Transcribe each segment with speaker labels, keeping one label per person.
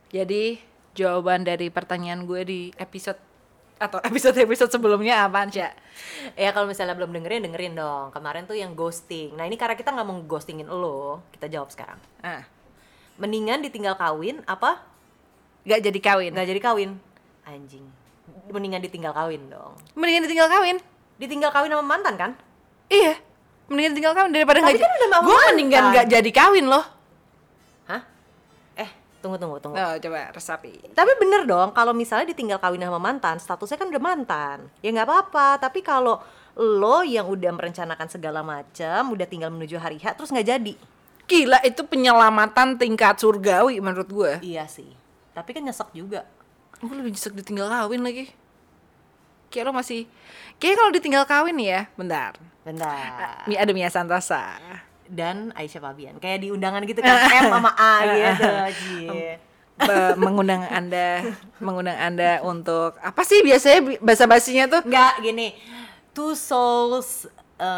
Speaker 1: Jadi jawaban dari pertanyaan gue di episode sebelumnya apaan, Cak?
Speaker 2: Ya kalau misalnya belum dengerin dong. Kemarin tuh yang ghosting. Nah ini karena kita nggak mau ghostingin lo, kita jawab sekarang. Mendingan ditinggal kawin apa?
Speaker 1: Gak jadi kawin.
Speaker 2: Nggak jadi kawin. Anjing. Mendingan ditinggal kawin dong.
Speaker 1: Mendingan ditinggal kawin.
Speaker 2: Ditinggal kawin sama mantan kan?
Speaker 1: Iya. Mendingan ditinggal kawin daripada
Speaker 2: Tapi kan udah sama
Speaker 1: gue
Speaker 2: mantan.
Speaker 1: mendingan gak jadi kawin loh.
Speaker 2: Hah? Tunggu.
Speaker 1: Oh, coba resapi.
Speaker 2: Tapi bener dong, kalau misalnya ditinggal kawin sama mantan, statusnya kan udah mantan. Ya nggak apa-apa. Tapi kalau lo yang udah merencanakan segala macam, udah tinggal menuju hari H, terus nggak jadi.
Speaker 1: Gila, itu penyelamatan tingkat surgawi menurut gue.
Speaker 2: Iya sih. Tapi kan nyesek juga.
Speaker 1: Gue lebih nyesek ditinggal kawin lagi. Kayak lo masih, kayak kalau ditinggal kawin nih ya, bentar. Ada Mia Santosa
Speaker 2: Dan Aisyah Fabian. Kayak di undangan gitu kan, M sama A gitu.
Speaker 1: mengundang anda untuk apa sih biasanya bahasa basinya tuh?
Speaker 2: Nggak, gini. Two souls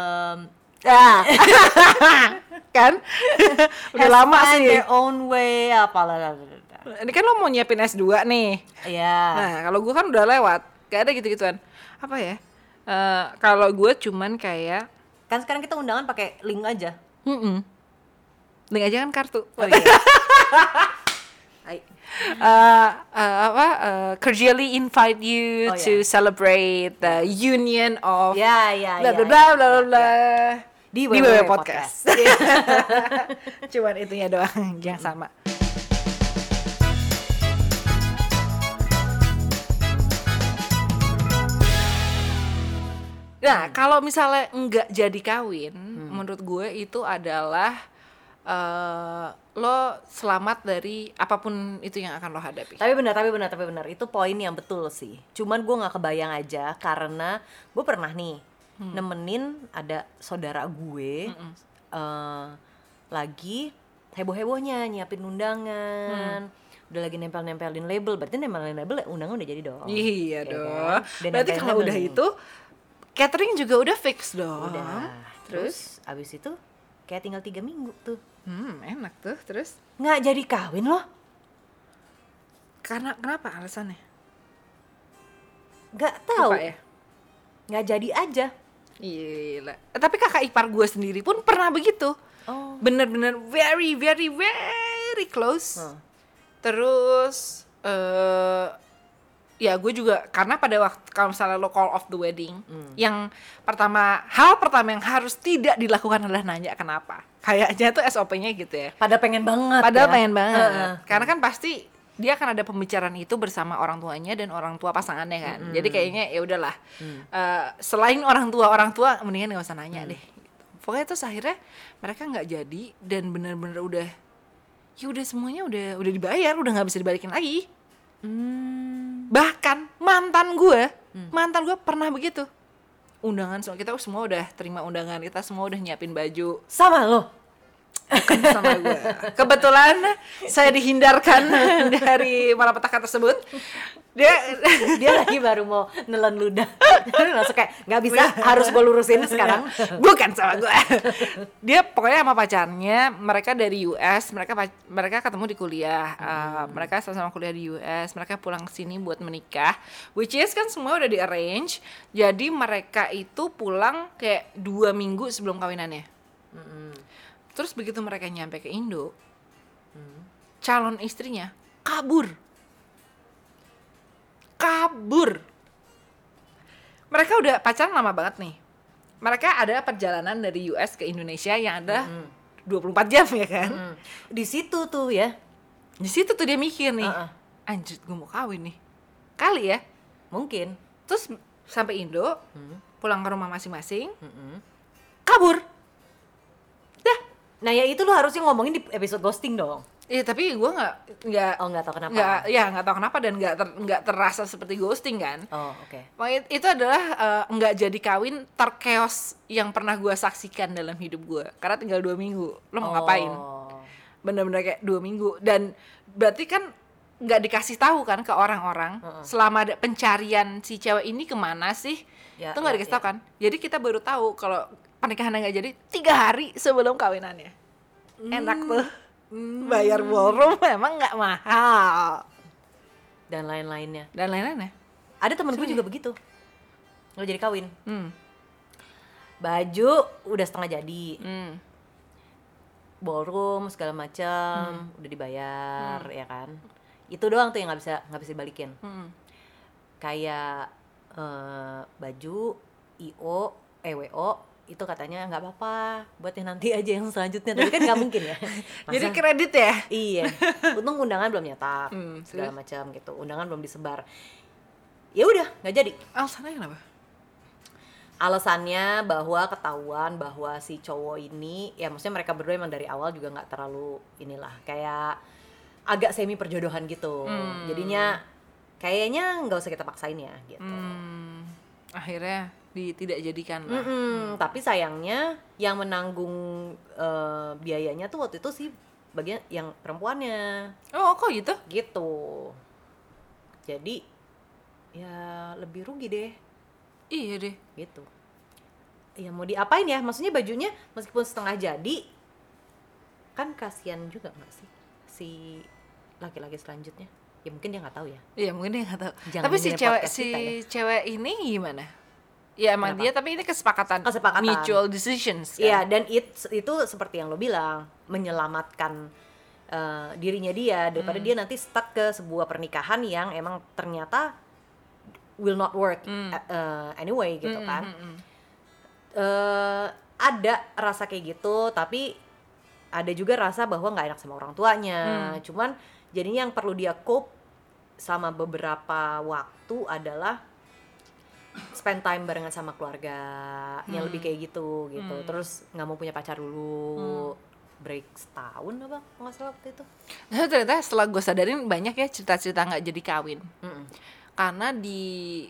Speaker 1: kan udah lama sih
Speaker 2: their own way apalah.
Speaker 1: Ini kan lo mau nyiapin S2 nih.
Speaker 2: Iya.
Speaker 1: Nah kalau gue kan udah lewat, gak ada gitu-gituan. Apa ya, kalau gue cuman kayak
Speaker 2: Kan sekarang kita undangan pakai link aja.
Speaker 1: link aja kan kartu.
Speaker 2: Oh iya.
Speaker 1: Cordially invite you to celebrate the union of bla bla bla bla bla
Speaker 2: di
Speaker 1: WW Podcast. Cuman itunya doang yang sama. Nah, kalau misalnya enggak jadi kawin, menurut gue itu adalah lo selamat dari apapun itu yang akan lo hadapi.
Speaker 2: Tapi benar, itu poin yang betul sih. Cuman gue nggak kebayang aja karena gue pernah nih nemenin ada saudara gue lagi heboh-hebohnya nyiapin undangan. Udah lagi nempel-nempelin label, berarti nempelin label undangan udah jadi dong.
Speaker 1: Iya
Speaker 2: ya
Speaker 1: dong.
Speaker 2: Kan?
Speaker 1: Berarti kalau udah itu catering juga udah fix dong.
Speaker 2: Udah. Terus abis itu kayak tinggal 3 minggu tuh.
Speaker 1: Enak tuh. Terus
Speaker 2: nggak jadi kawin loh.
Speaker 1: Karena kenapa alasannya?
Speaker 2: Nggak tahu.
Speaker 1: Lupa ya?
Speaker 2: Nggak jadi aja.
Speaker 1: Gila. Tapi kakak ipar gue sendiri pun pernah begitu.
Speaker 2: Oh.
Speaker 1: Bener-bener very very very close. Terus ya gue juga karena pada waktu kalau misalnya lo call off the wedding, hal pertama yang harus tidak dilakukan adalah nanya kenapa. Kayaknya tuh SOP-nya gitu ya.
Speaker 2: Padahal pengen banget.
Speaker 1: Karena kan pasti dia akan ada pembicaraan itu bersama orang tuanya dan orang tua pasangannya kan. Jadi kayaknya ya udahlah. Selain orang tua mendingan nggak usah nanya deh. Pokoknya terus akhirnya mereka nggak jadi dan benar-benar udah semuanya udah dibayar, udah nggak bisa dibalikin lagi. Bahkan mantan gue pernah begitu. Undangan kita semua udah terima undangan, kita semua udah nyiapin baju.
Speaker 2: Sama lo?
Speaker 1: Bukan sama gue. Kebetulan saya dihindarkan dari malapetaka tersebut.
Speaker 2: Dia lagi baru mau nelen ludah. Langsung kayak nggak bisa, harus gue lurusin sekarang.
Speaker 1: Bukan sama gue. Dia pokoknya sama pacarnya, mereka dari US, mereka ketemu di kuliah. Mereka sama-sama kuliah di US, mereka pulang ke sini buat menikah. Which is kan semua udah di arrange. Jadi mereka itu pulang kayak 2 minggu sebelum kawinannya. Terus begitu mereka nyampe ke Indo, calon istrinya kabur. Mereka udah pacaran lama banget nih. Mereka ada perjalanan dari US ke Indonesia yang ada 24 jam ya kan.
Speaker 2: Di situ tuh ya.
Speaker 1: Di situ tuh dia mikir nih, anjir gue mau kawin nih. Kali ya.
Speaker 2: Mungkin.
Speaker 1: Terus sampai Indo, pulang ke rumah masing-masing, kabur.
Speaker 2: Nah ya itu lo harusnya ngomongin di episode ghosting dong.
Speaker 1: Iya tapi gue nggak
Speaker 2: tahu kenapa.
Speaker 1: Nggak tahu kenapa dan nggak terasa seperti ghosting kan.
Speaker 2: Oh oke.
Speaker 1: Itu adalah nggak jadi kawin terkeos yang pernah gue saksikan dalam hidup gue. Karena tinggal 2 minggu, lo mau ngapain? Bener-bener kayak 2 minggu dan berarti kan nggak dikasih tahu kan ke orang-orang selama ada pencarian si cewek ini kemana sih? Itu nggak dikasih tahu kan. Jadi kita baru tahu kalau pernikahannya nggak jadi 3 hari sebelum kawinannya. Enak tuh. Bayar ballroom memang nggak mahal.
Speaker 2: Dan lain-lainnya.
Speaker 1: Dan lain-lainnya.
Speaker 2: Ada temen gue juga begitu. Lo jadi kawin.
Speaker 1: Hmm.
Speaker 2: Baju udah setengah jadi. Ballroom segala macam udah dibayar, ya kan. Itu doang tuh yang nggak bisa dibalikin. Kayak baju IO, WO itu katanya nggak apa-apa, buat yang nanti aja yang selanjutnya. Tapi kan nggak mungkin ya.
Speaker 1: Jadi kredit ya?
Speaker 2: Iya. Untung undangan belum nyetak, segala macam gitu. Undangan belum disebar. Ya udah, nggak jadi.
Speaker 1: Alasannya kenapa?
Speaker 2: Alasannya bahwa ketahuan bahwa si cowok ini, ya maksudnya mereka berdua emang dari awal juga nggak terlalu inilah, kayak agak semi perjodohan gitu. Jadinya kayaknya nggak usah kita paksain ya gitu.
Speaker 1: Akhirnya tidak jadikan lah.
Speaker 2: Tapi sayangnya yang menanggung biayanya tuh waktu itu sih bagian yang perempuannya.
Speaker 1: Oh kok gitu?
Speaker 2: Gitu. Jadi ya lebih rugi deh.
Speaker 1: Iya deh.
Speaker 2: Gitu. Ya mau diapain ya? Maksudnya bajunya meskipun setengah jadi, kan kasihan juga nggak sih si laki-laki selanjutnya? Ya mungkin dia nggak tahu ya.
Speaker 1: Iya mungkin dia nggak tahu.
Speaker 2: Jangan
Speaker 1: Tapi si
Speaker 2: dengerin
Speaker 1: cewek
Speaker 2: podcast kita ya.
Speaker 1: cewek ini gimana? Ya emang
Speaker 2: Kenapa?
Speaker 1: dia, tapi ini kesepakatan.
Speaker 2: Kesepakatan.
Speaker 1: Mutual decisions kan?
Speaker 2: Iya, dan itu seperti yang lo bilang, menyelamatkan dirinya dia daripada dia nanti stuck ke sebuah pernikahan yang emang ternyata will not work anyway gitu kan. Ada rasa kayak gitu, tapi ada juga rasa bahwa nggak enak sama orang tuanya. Cuman jadinya yang perlu dia cope selama beberapa waktu adalah spend time barengan sama keluarga, yang lebih kayak gitu. Terus nggak mau punya pacar dulu, break setahun apa nggak salah waktu itu.
Speaker 1: Nah, ternyata setelah gue sadarin banyak ya cerita-cerita nggak jadi kawin. Karena di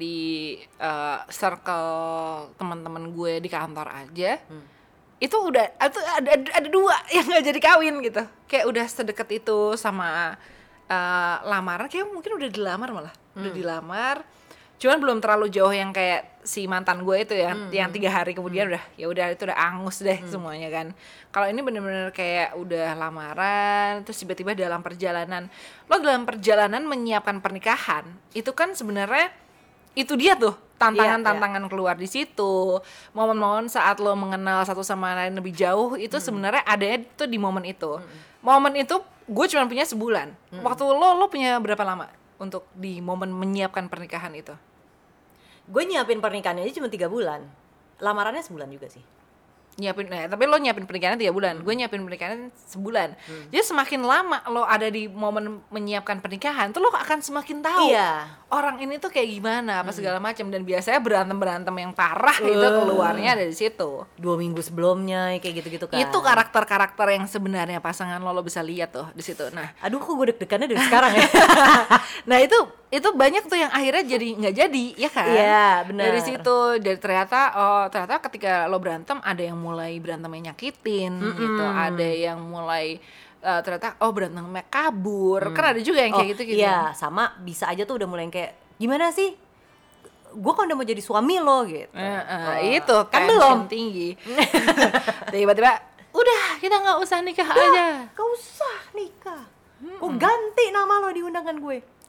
Speaker 1: circle teman-teman gue di kantor aja, itu udah ada dua yang nggak jadi kawin gitu. Kayak udah sedekat itu sama lamaran, kayak mungkin udah dilamar malah, udah dilamar. Cuman belum terlalu jauh yang kayak si mantan gue itu ya, yang 3 hari kemudian udah, ya udah itu udah angus deh semuanya kan. Kalau ini bener-bener kayak udah lamaran, terus tiba-tiba dalam perjalanan, lo dalam perjalanan menyiapkan pernikahan, itu kan sebenarnya itu dia tuh tantangan-tantangan keluar di situ. Momen-momen saat lo mengenal satu sama lain lebih jauh itu sebenarnya adanya tuh di momen itu. Momen itu gue cuma punya sebulan. Waktu lo punya berapa lama untuk di momen menyiapkan pernikahan itu?
Speaker 2: Gue nyiapin pernikahannya aja cuma 3 bulan. Lamarannya sebulan juga sih.
Speaker 1: Tapi lo nyiapin pernikahannya 3 bulan, gue nyiapin pernikahannya sebulan. Jadi semakin lama lo ada di momen menyiapkan pernikahan, tuh lo akan semakin tahu orang ini tuh kayak gimana, apa segala macam. Dan biasanya berantem yang parah itu keluarnya dari situ.
Speaker 2: 2 minggu sebelumnya kayak gitu-gitu kan.
Speaker 1: Itu karakter-karakter yang sebenarnya pasangan lo bisa lihat tuh di situ. Nah,
Speaker 2: aduh kok gue deg-degannya dari sekarang ya.
Speaker 1: Nah itu banyak tuh yang akhirnya jadi nggak jadi, ya kan?
Speaker 2: Iya benar.
Speaker 1: Dari situ, ternyata ketika lo berantem ada yang mulai berantemnya nyakitin gitu, ada yang mulai ternyata berantemnya kabur, kan ada juga yang kayak gitu.
Speaker 2: Iya, sama bisa aja tuh udah mulai yang kayak gimana sih? Gue kan udah mau jadi suami lo gitu.
Speaker 1: Itu
Speaker 2: kan belum
Speaker 1: tinggi. Tiba-tiba udah kita nggak usah nikah aja.
Speaker 2: Gak usah nikah. Gue ganti nama lo di undangan gue.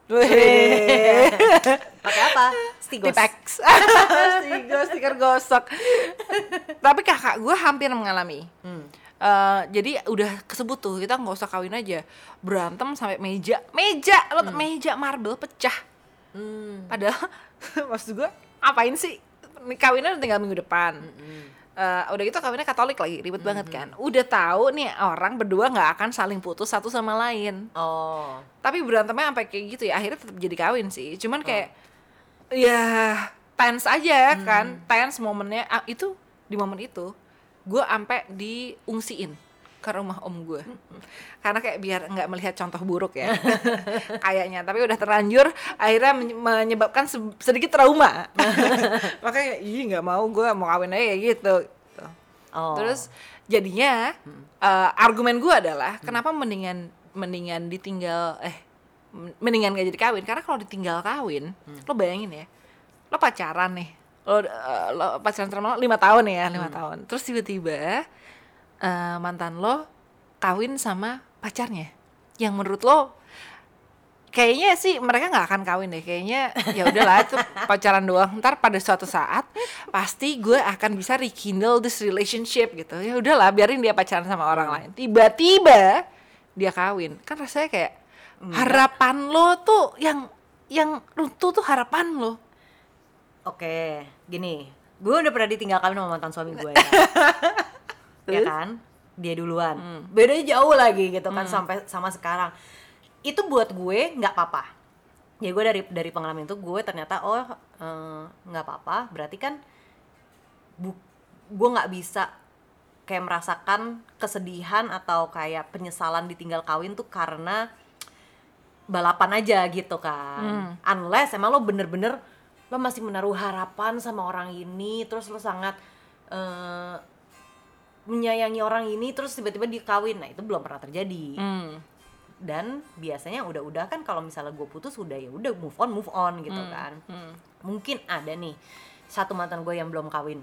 Speaker 2: Pakai apa? Stigos. Stiker
Speaker 1: gosok. Tapi kakak gue hampir mengalami. Jadi udah kesebut tuh, kita nggak usah kawin aja, berantem sampai meja marble pecah. Padahal maksud gue apain sih, kawinnya udah tinggal minggu depan. Udah gitu kawinnya Katolik lagi, ribet banget kan. Udah tahu nih orang berdua nggak akan saling putus satu sama lain. Tapi berantemnya sampai kayak gitu ya, akhirnya tetap jadi kawin sih. Cuman kayak ya tense aja kan, tense momennya. Itu di momen itu gue sampai diungsiin ke rumah om gue, karena kayak biar nggak melihat contoh buruk ya. Kayaknya, tapi udah terlanjur akhirnya menyebabkan sedikit trauma. Makanya nggak mau, gue mau kawin aja kayak gitu. Terus jadinya argumen gue adalah kenapa mendingan ditinggal mendingan gak jadi kawin, karena kalau ditinggal kawin lo bayangin ya, lo pacaran nih, lo pacaran selama 5 tahun ya, 5 tahun, terus tiba-tiba mantan lo kawin sama pacarnya yang menurut lo kayaknya sih mereka nggak akan kawin deh, kayaknya ya udahlah itu pacaran doang, ntar pada suatu saat pasti gue akan bisa rekindle this relationship gitu, ya udahlah biarin dia pacaran sama orang lain, tiba-tiba dia kawin, kan rasanya kayak harapan lo tuh yang runtuh tuh harapan lo.
Speaker 2: Oke, gini, gue udah pernah ditinggalkan sama mantan suami gue ya, ya kan, dia duluan, bedanya jauh lagi gitu kan sampai sama sekarang. Itu buat gue nggak apa-apa. Ya gue dari pengalaman itu gue ternyata nggak apa-apa. Berarti kan gue nggak bisa kayak merasakan kesedihan atau kayak penyesalan ditinggal kawin tuh karena balapan aja gitu kan. Unless emang lo bener-bener lo masih menaruh harapan sama orang ini, terus lo sangat menyayangi orang ini, terus tiba-tiba dikawin. Nah itu belum pernah terjadi. Dan biasanya udah kan kalau misalnya gue putus udah ya udah move on gitu kan. Mungkin ada nih satu mantan gue yang belum kawin.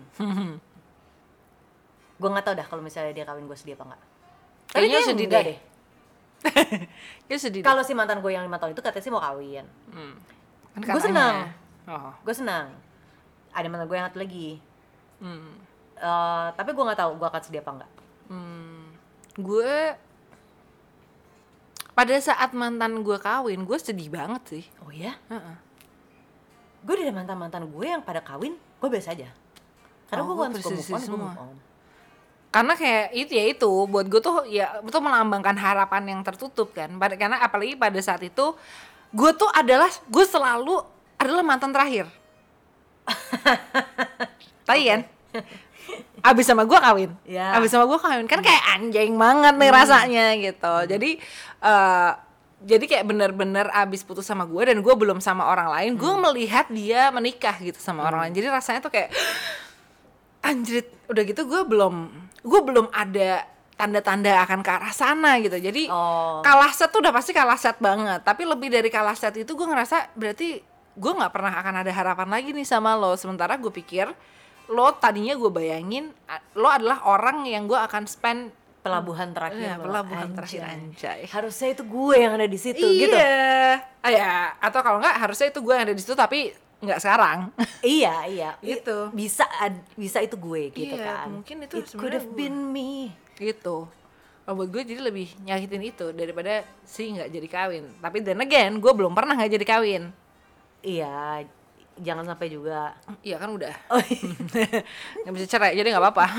Speaker 2: Gue nggak tahu dah kalau misalnya dia kawin gue sedih apa enggak.
Speaker 1: Kayaknya sedih deh. Dia sedih.
Speaker 2: Kalau si mantan gue yang 5 tahun itu katanya sih mau kawin.
Speaker 1: Kan
Speaker 2: Gue senang.
Speaker 1: Oh.
Speaker 2: Gue senang. Ada mantan gue yang satu lagi. Tapi gue nggak tahu gue akan sedih apa enggak.
Speaker 1: Gue pada saat mantan gue kawin, gue sedih banget sih.
Speaker 2: Oh ya? Gue dari mantan gue yang pada kawin, gue biasa aja. Karena gue bukan suka move on.
Speaker 1: Karena kayak itu buat gue tuh ya itu melambangkan harapan yang tertutup kan. Karena apalagi pada saat itu gue selalu adalah mantan terakhir. Tahu kan? Abis sama gue kawin, abis sama gue kawin kan kayak anjing banget nih rasanya gitu. Jadi kayak bener-bener abis putus sama gue dan gue belum sama orang lain, gue melihat dia menikah gitu sama orang lain. Jadi rasanya tuh kayak anjrit, udah gitu gue belum ada tanda-tanda akan ke arah sana gitu. Jadi kalah set tuh udah pasti kalah set banget. Tapi lebih dari kalah set itu gue ngerasa berarti gue nggak pernah akan ada harapan lagi nih sama lo. Sementara gue pikir lo tadinya gue bayangin lo adalah orang yang gue akan spend
Speaker 2: pelabuhan terakhir.
Speaker 1: Pelabuhan terakhir anjay.
Speaker 2: Harusnya itu gue yang ada di situ gitu.
Speaker 1: Ya, atau kalau enggak harusnya itu gue yang ada di situ tapi nggak sekarang.
Speaker 2: Iya.
Speaker 1: Gitu.
Speaker 2: Bisa itu gue gitu kan.
Speaker 1: Mungkin itu
Speaker 2: It could have been me.
Speaker 1: Gitu. Kalau buat gue jadi lebih nyakitin itu daripada sih nggak jadi kawin. Tapi then again, gue belum pernah nggak jadi kawin.
Speaker 2: Iya. Jangan sampai juga.
Speaker 1: Iya kan udah. Nggak bisa cerai jadi nggak apa-apa.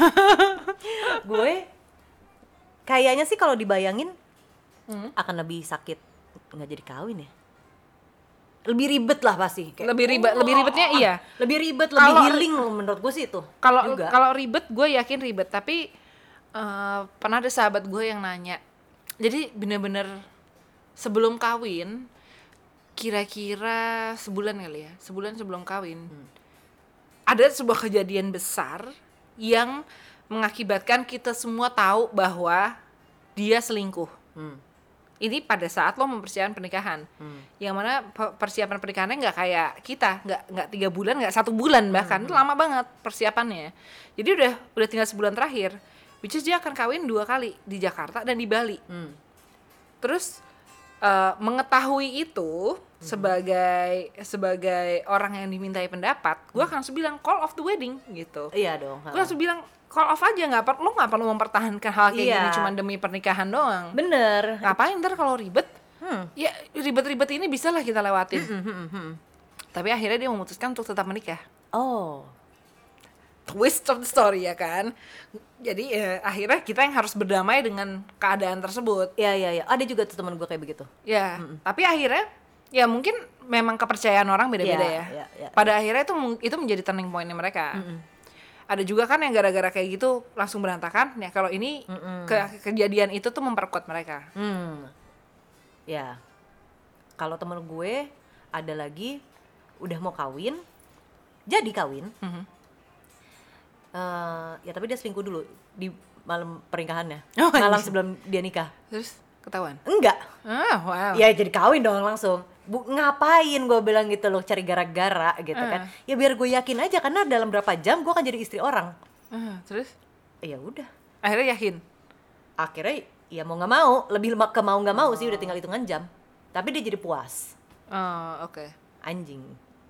Speaker 2: Gue kayaknya sih kalau dibayangin akan lebih sakit nggak jadi kawin ya. Lebih ribet lah pasti.
Speaker 1: Kayak, lebih ribetnya iya.
Speaker 2: Lebih ribet, lebih healing menurut gue sih itu.
Speaker 1: Kalau ribet gue yakin ribet, tapi pernah ada sahabat gue yang nanya. Jadi bener-bener sebelum kawin kira-kira sebulan kali ya, sebulan sebelum kawin ada sebuah kejadian besar yang mengakibatkan kita semua tahu bahwa dia selingkuh. Ini pada saat lo mempersiapkan pernikahan, yang mana persiapan pernikahannya nggak kayak kita, nggak 3 bulan, nggak 1 bulan bahkan, itu lama banget persiapannya. Jadi udah tinggal sebulan terakhir, which is dia akan kawin 2 kali di Jakarta dan di Bali. Terus mengetahui itu sebagai orang yang dimintai pendapat, gue akan langsung bilang call off the wedding gitu.
Speaker 2: Iya dong.
Speaker 1: Gue langsung bilang call off aja, lo nggak perlu mempertahankan hal kayak gini cuma demi pernikahan doang.
Speaker 2: Bener.
Speaker 1: Ngapain ntar kalau ribet? Ya ribet-ribet ini bisa lah kita lewatin. Tapi akhirnya dia memutuskan untuk tetap menikah. Twist of the story ya kan. Jadi akhirnya kita yang harus berdamai dengan keadaan tersebut.
Speaker 2: Iya. Ada juga tuh teman gue kayak begitu.
Speaker 1: Ya, tapi akhirnya ya mungkin memang kepercayaan orang beda-beda ya. Pada akhirnya itu menjadi turning point-nya mereka. Ada juga kan yang gara-gara kayak gitu langsung berantakan. Ya kalau ini kejadian itu tuh memperkuat mereka.
Speaker 2: Ya. Kalau temen gue ada lagi udah mau kawin, jadi kawin. Ya tapi dia selingkuh dulu di malam pernikahannya, malam sebelum dia nikah.
Speaker 1: Terus ketahuan?
Speaker 2: Enggak.
Speaker 1: Wow.
Speaker 2: Ya jadi kawin dong langsung. Ngapain gue bilang gitu loh, cari gara-gara gitu kan. Ya biar gue yakin aja, karena dalam berapa jam gue akan jadi istri orang.
Speaker 1: Terus?
Speaker 2: Ya udah.
Speaker 1: Akhirnya yakin?
Speaker 2: Akhirnya ya mau nggak mau, lebih ke mau nggak mau sih, udah tinggal hitungan jam. Tapi dia jadi puas.
Speaker 1: Oh, oke.
Speaker 2: Anjing.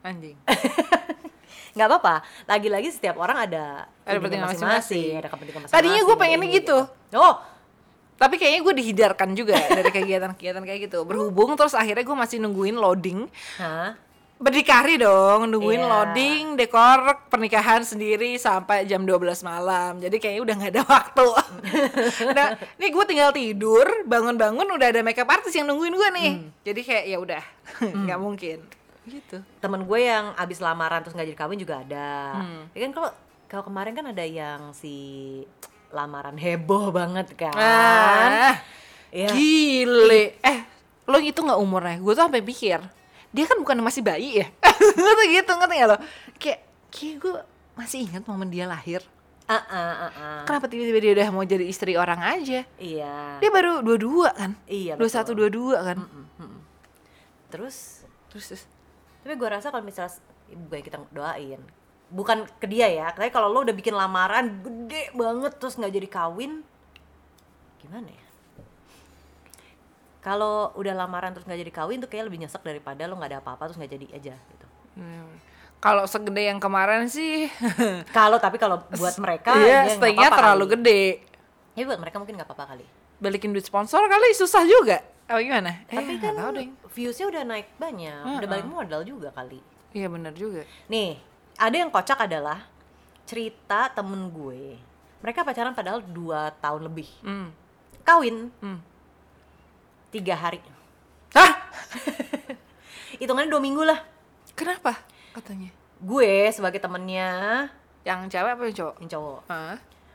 Speaker 2: Nggak apa-apa. Lagi-lagi setiap orang ada
Speaker 1: Kepentingan masing-masing.
Speaker 2: ada kepentingan masing-masing.
Speaker 1: Tadinya gue pengennya gitu.
Speaker 2: Oh,
Speaker 1: Tapi kayaknya gue dihindarkan juga dari kegiatan-kegiatan kayak gitu. Berhubung terus akhirnya gue masih nungguin loading.
Speaker 2: hah?
Speaker 1: Berdikari dong, nungguin
Speaker 2: Iya.
Speaker 1: loading, dekor pernikahan sendiri sampai jam 12 malam. Jadi kayaknya udah gak ada waktu. Nah, ini gue tinggal tidur, bangun-bangun udah ada makeup artist yang nungguin gue nih. Jadi kayak ya udah, nggak mungkin. Gitu.
Speaker 2: Temen gue yang abis lamaran terus nggak jadi kawin juga ada. Ya kan kalau kemarin kan ada yang si lamaran heboh banget kan. Ya.
Speaker 1: Gile. Lo itu nggak umurnya? Gue tuh sampai pikir dia kan bukan masih bayi ya. Gue tuh gitu, ngerti nggak lo? Kayak gue masih ingat momen dia lahir. Kenapa tiba-tiba dia udah mau jadi istri orang aja?
Speaker 2: Iya.
Speaker 1: Dia baru 22 kan?
Speaker 2: Iya,
Speaker 1: 21, 22 kan?
Speaker 2: Terus
Speaker 1: Terus
Speaker 2: tapi gue rasa kalau misalnya bukan kita doain, bukan ke dia ya, tapi kalau lo udah bikin lamaran gede banget terus nggak jadi kawin, gimana ya? Kalau udah lamaran terus nggak jadi kawin tuh kayak lebih nyesek daripada lo nggak ada apa-apa terus nggak jadi aja gitu.
Speaker 1: kalau segede yang kemarin sih,
Speaker 2: Tapi kalau buat mereka
Speaker 1: iya,
Speaker 2: ya nggak
Speaker 1: stake-nya
Speaker 2: apa-apa
Speaker 1: terlalu
Speaker 2: kali.
Speaker 1: gede.
Speaker 2: Ya buat mereka mungkin nggak apa-apa kali.
Speaker 1: Balikin duit sponsor kali susah juga. Apa gimana?
Speaker 2: Tapi
Speaker 1: nggak
Speaker 2: kan
Speaker 1: tahu deh.
Speaker 2: viewsnya udah naik banyak, udah balik modal juga kali.
Speaker 1: Iya benar juga.
Speaker 2: Nih, ada yang kocak adalah cerita temen gue. Mereka pacaran padahal 2 tahun lebih. Kawin 3 hari.
Speaker 1: Hah?
Speaker 2: Hitungannya 2 minggu lah.
Speaker 1: Kenapa? Katanya.
Speaker 2: Gue sebagai temennya
Speaker 1: Yang cewek apa yang cowok?
Speaker 2: yang cowok.
Speaker 1: Hah?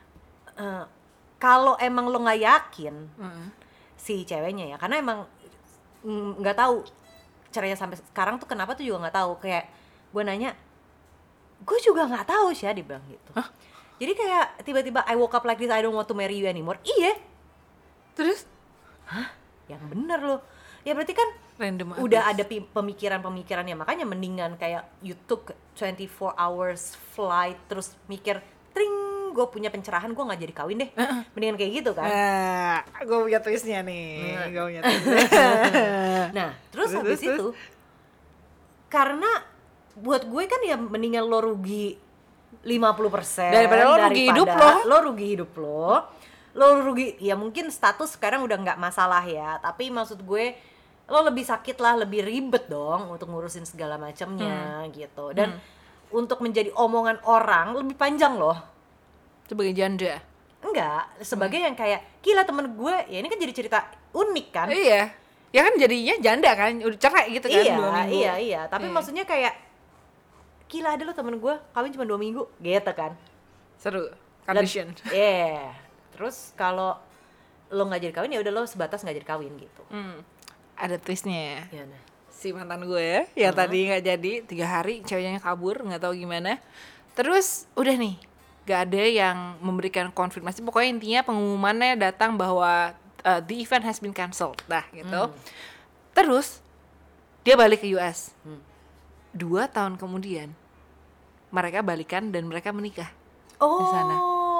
Speaker 2: Kalau emang lo nggak yakin si ceweknya ya, karena emang nggak tahu caranya sampai sekarang tuh kenapa tuh juga nggak tahu. Kayak gue nanya, gue juga nggak tahu sih, dia bilang gitu.
Speaker 1: Hah?
Speaker 2: Jadi kayak tiba-tiba I woke up like this, I don't want to marry you anymore. Iya.
Speaker 1: Terus?
Speaker 2: Yang bener loh. Ya berarti kan
Speaker 1: Random
Speaker 2: udah
Speaker 1: abis.
Speaker 2: ada pemikiran-pemikirannya, makanya mendingan kayak you took 24 hours flight terus mikir, tring, gue punya pencerahan, gue nggak jadi kawin deh. Mendingan kayak gitu kan.
Speaker 1: Gue punya twistnya nih.
Speaker 2: Nah.
Speaker 1: Gue punya twistnya.
Speaker 2: Nah, terus habis itu karena buat gue kan ya mendingan lo rugi 50%
Speaker 1: Daripada lo rugi hidup lo.
Speaker 2: Lo rugi hidup lo. Lo rugi, ya mungkin status sekarang udah nggak masalah ya, tapi maksud gue lo lebih sakit lah, lebih ribet dong untuk ngurusin segala macamnya gitu. Dan untuk menjadi omongan orang lebih panjang loh.
Speaker 1: Sebagai janda.
Speaker 2: Enggak, sebagai yang kayak gila temen gue, ya ini kan jadi cerita unik kan.
Speaker 1: Iya. Ya kan jadinya janda kan, udah cerai gitu kan 2 minggu.
Speaker 2: Iya, tapi maksudnya kayak gila ada lo temen gue kawin cuma 2 minggu gitu kan.
Speaker 1: Seru. Condition.
Speaker 2: Iya. Terus kalau lo nggak jadi kawin ya udah lo sebatas nggak jadi kawin gitu.
Speaker 1: Ada twistnya.
Speaker 2: Gimana?
Speaker 1: Si mantan gue yang tadi nggak jadi 3 hari, ceweknya kabur, nggak tahu gimana. Terus udah nih, nggak ada yang memberikan konfirmasi. Pokoknya intinya pengumumannya datang bahwa the event has been cancelled, dah gitu. Terus dia balik ke US. 2 tahun kemudian mereka balikan dan mereka menikah. Di sana.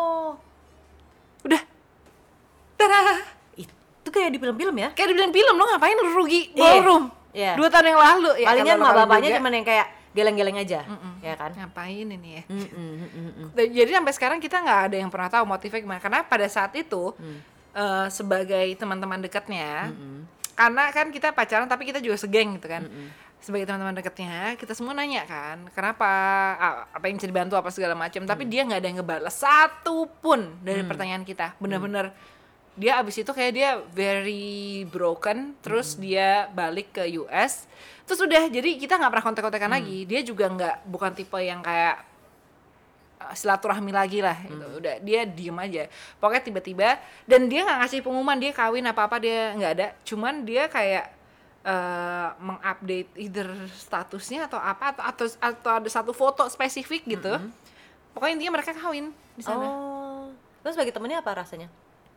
Speaker 1: Udah. Tada.
Speaker 2: Itu kayak di film-film ya.
Speaker 1: Kayak dibilang film, lo ngapain lu rugi ballroom?
Speaker 2: Iya.
Speaker 1: 2 tahun yang lalu ya.
Speaker 2: Palingan
Speaker 1: kalau
Speaker 2: mak
Speaker 1: kali
Speaker 2: bapaknya
Speaker 1: juga,
Speaker 2: cuman yang kayak geleng-geleng aja, ya kan?
Speaker 1: ngapain ini ya? Jadi sampai sekarang kita nggak ada yang pernah tahu motifnya gimana. Karena pada saat itu sebagai teman-teman dekatnya, karena kan kita pacaran tapi kita juga segeng gitu kan. Sebagai teman-teman dekatnya, kita semua nanya kan, kenapa, apa yang bisa dibantu apa segala macam. Tapi dia nggak ada yang ngebalas satu pun dari pertanyaan kita. Bener-bener dia abis itu kayak dia very broken. Terus dia balik ke US. Terus udah, jadi kita nggak pernah kontak-kontakan lagi. Dia juga bukan tipe yang kayak silaturahmi lagi lah gitu. Udah dia diem aja pokoknya tiba-tiba, dan dia nggak ngasih pengumuman dia kawin apa-apa, dia nggak ada. Cuman dia kayak mengupdate either statusnya atau apa, atau ada satu foto spesifik gitu. Pokoknya intinya mereka kawin di sana.
Speaker 2: Terus bagi temennya apa rasanya?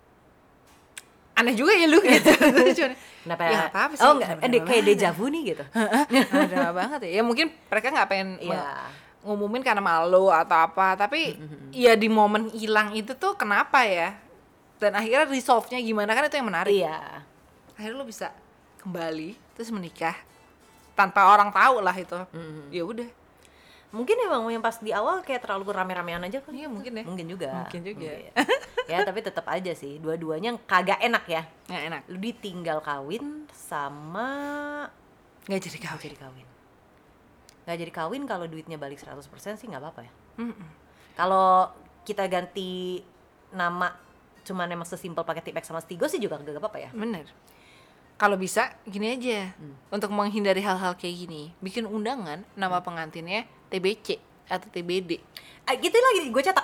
Speaker 1: Aneh juga ya lu gitu.
Speaker 2: Kenapa
Speaker 1: ya apa sih?
Speaker 2: Kayak deja vu nih gitu.
Speaker 1: Ada banget ya. Ya mungkin mereka nggak pengen ngumumin karena malu atau apa, tapi ya di momen hilang itu tuh kenapa ya Dan akhirnya resolve-nya gimana, kan itu yang menarik.
Speaker 2: Iya.
Speaker 1: Akhirnya lo bisa kembali terus menikah tanpa orang tahu lah itu. Ya udah.
Speaker 2: Mungkin emang yang pas di awal kayak terlalu rame-ramean aja kali.
Speaker 1: Iya mungkin ya.
Speaker 2: Mungkin juga.
Speaker 1: Mungkin juga.
Speaker 2: Ya tapi tetap aja sih dua-duanya kagak enak ya.
Speaker 1: Nggak enak.
Speaker 2: Lu ditinggal kawin sama
Speaker 1: Nggak jadi kawin.
Speaker 2: nggak jadi kawin kalau duitnya balik 100% sih nggak apa-apa ya. Kalau kita ganti nama cuman emang sesimpel pakai Tipex sama Stigo sih juga nggak apa-apa ya.
Speaker 1: Bener. Kalau bisa gini aja, untuk menghindari hal-hal kayak gini, bikin undangan nama pengantinnya TBC atau TBD.
Speaker 2: Gitu lagi gue catat.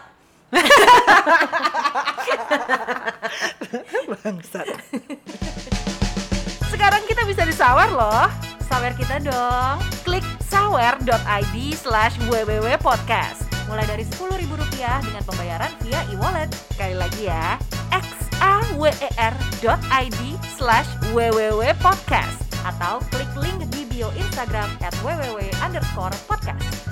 Speaker 1: Bangsat. Sekarang kita bisa disawar loh.
Speaker 2: Sawer kita dong.
Speaker 1: Klik sawer.id/www.podcast.
Speaker 2: Mulai dari Rp10.000 dengan pembayaran via e-wallet.
Speaker 1: Sekali lagi ya, xawer.id/www.podcast.
Speaker 2: Atau klik link di bio Instagram @www_podcast.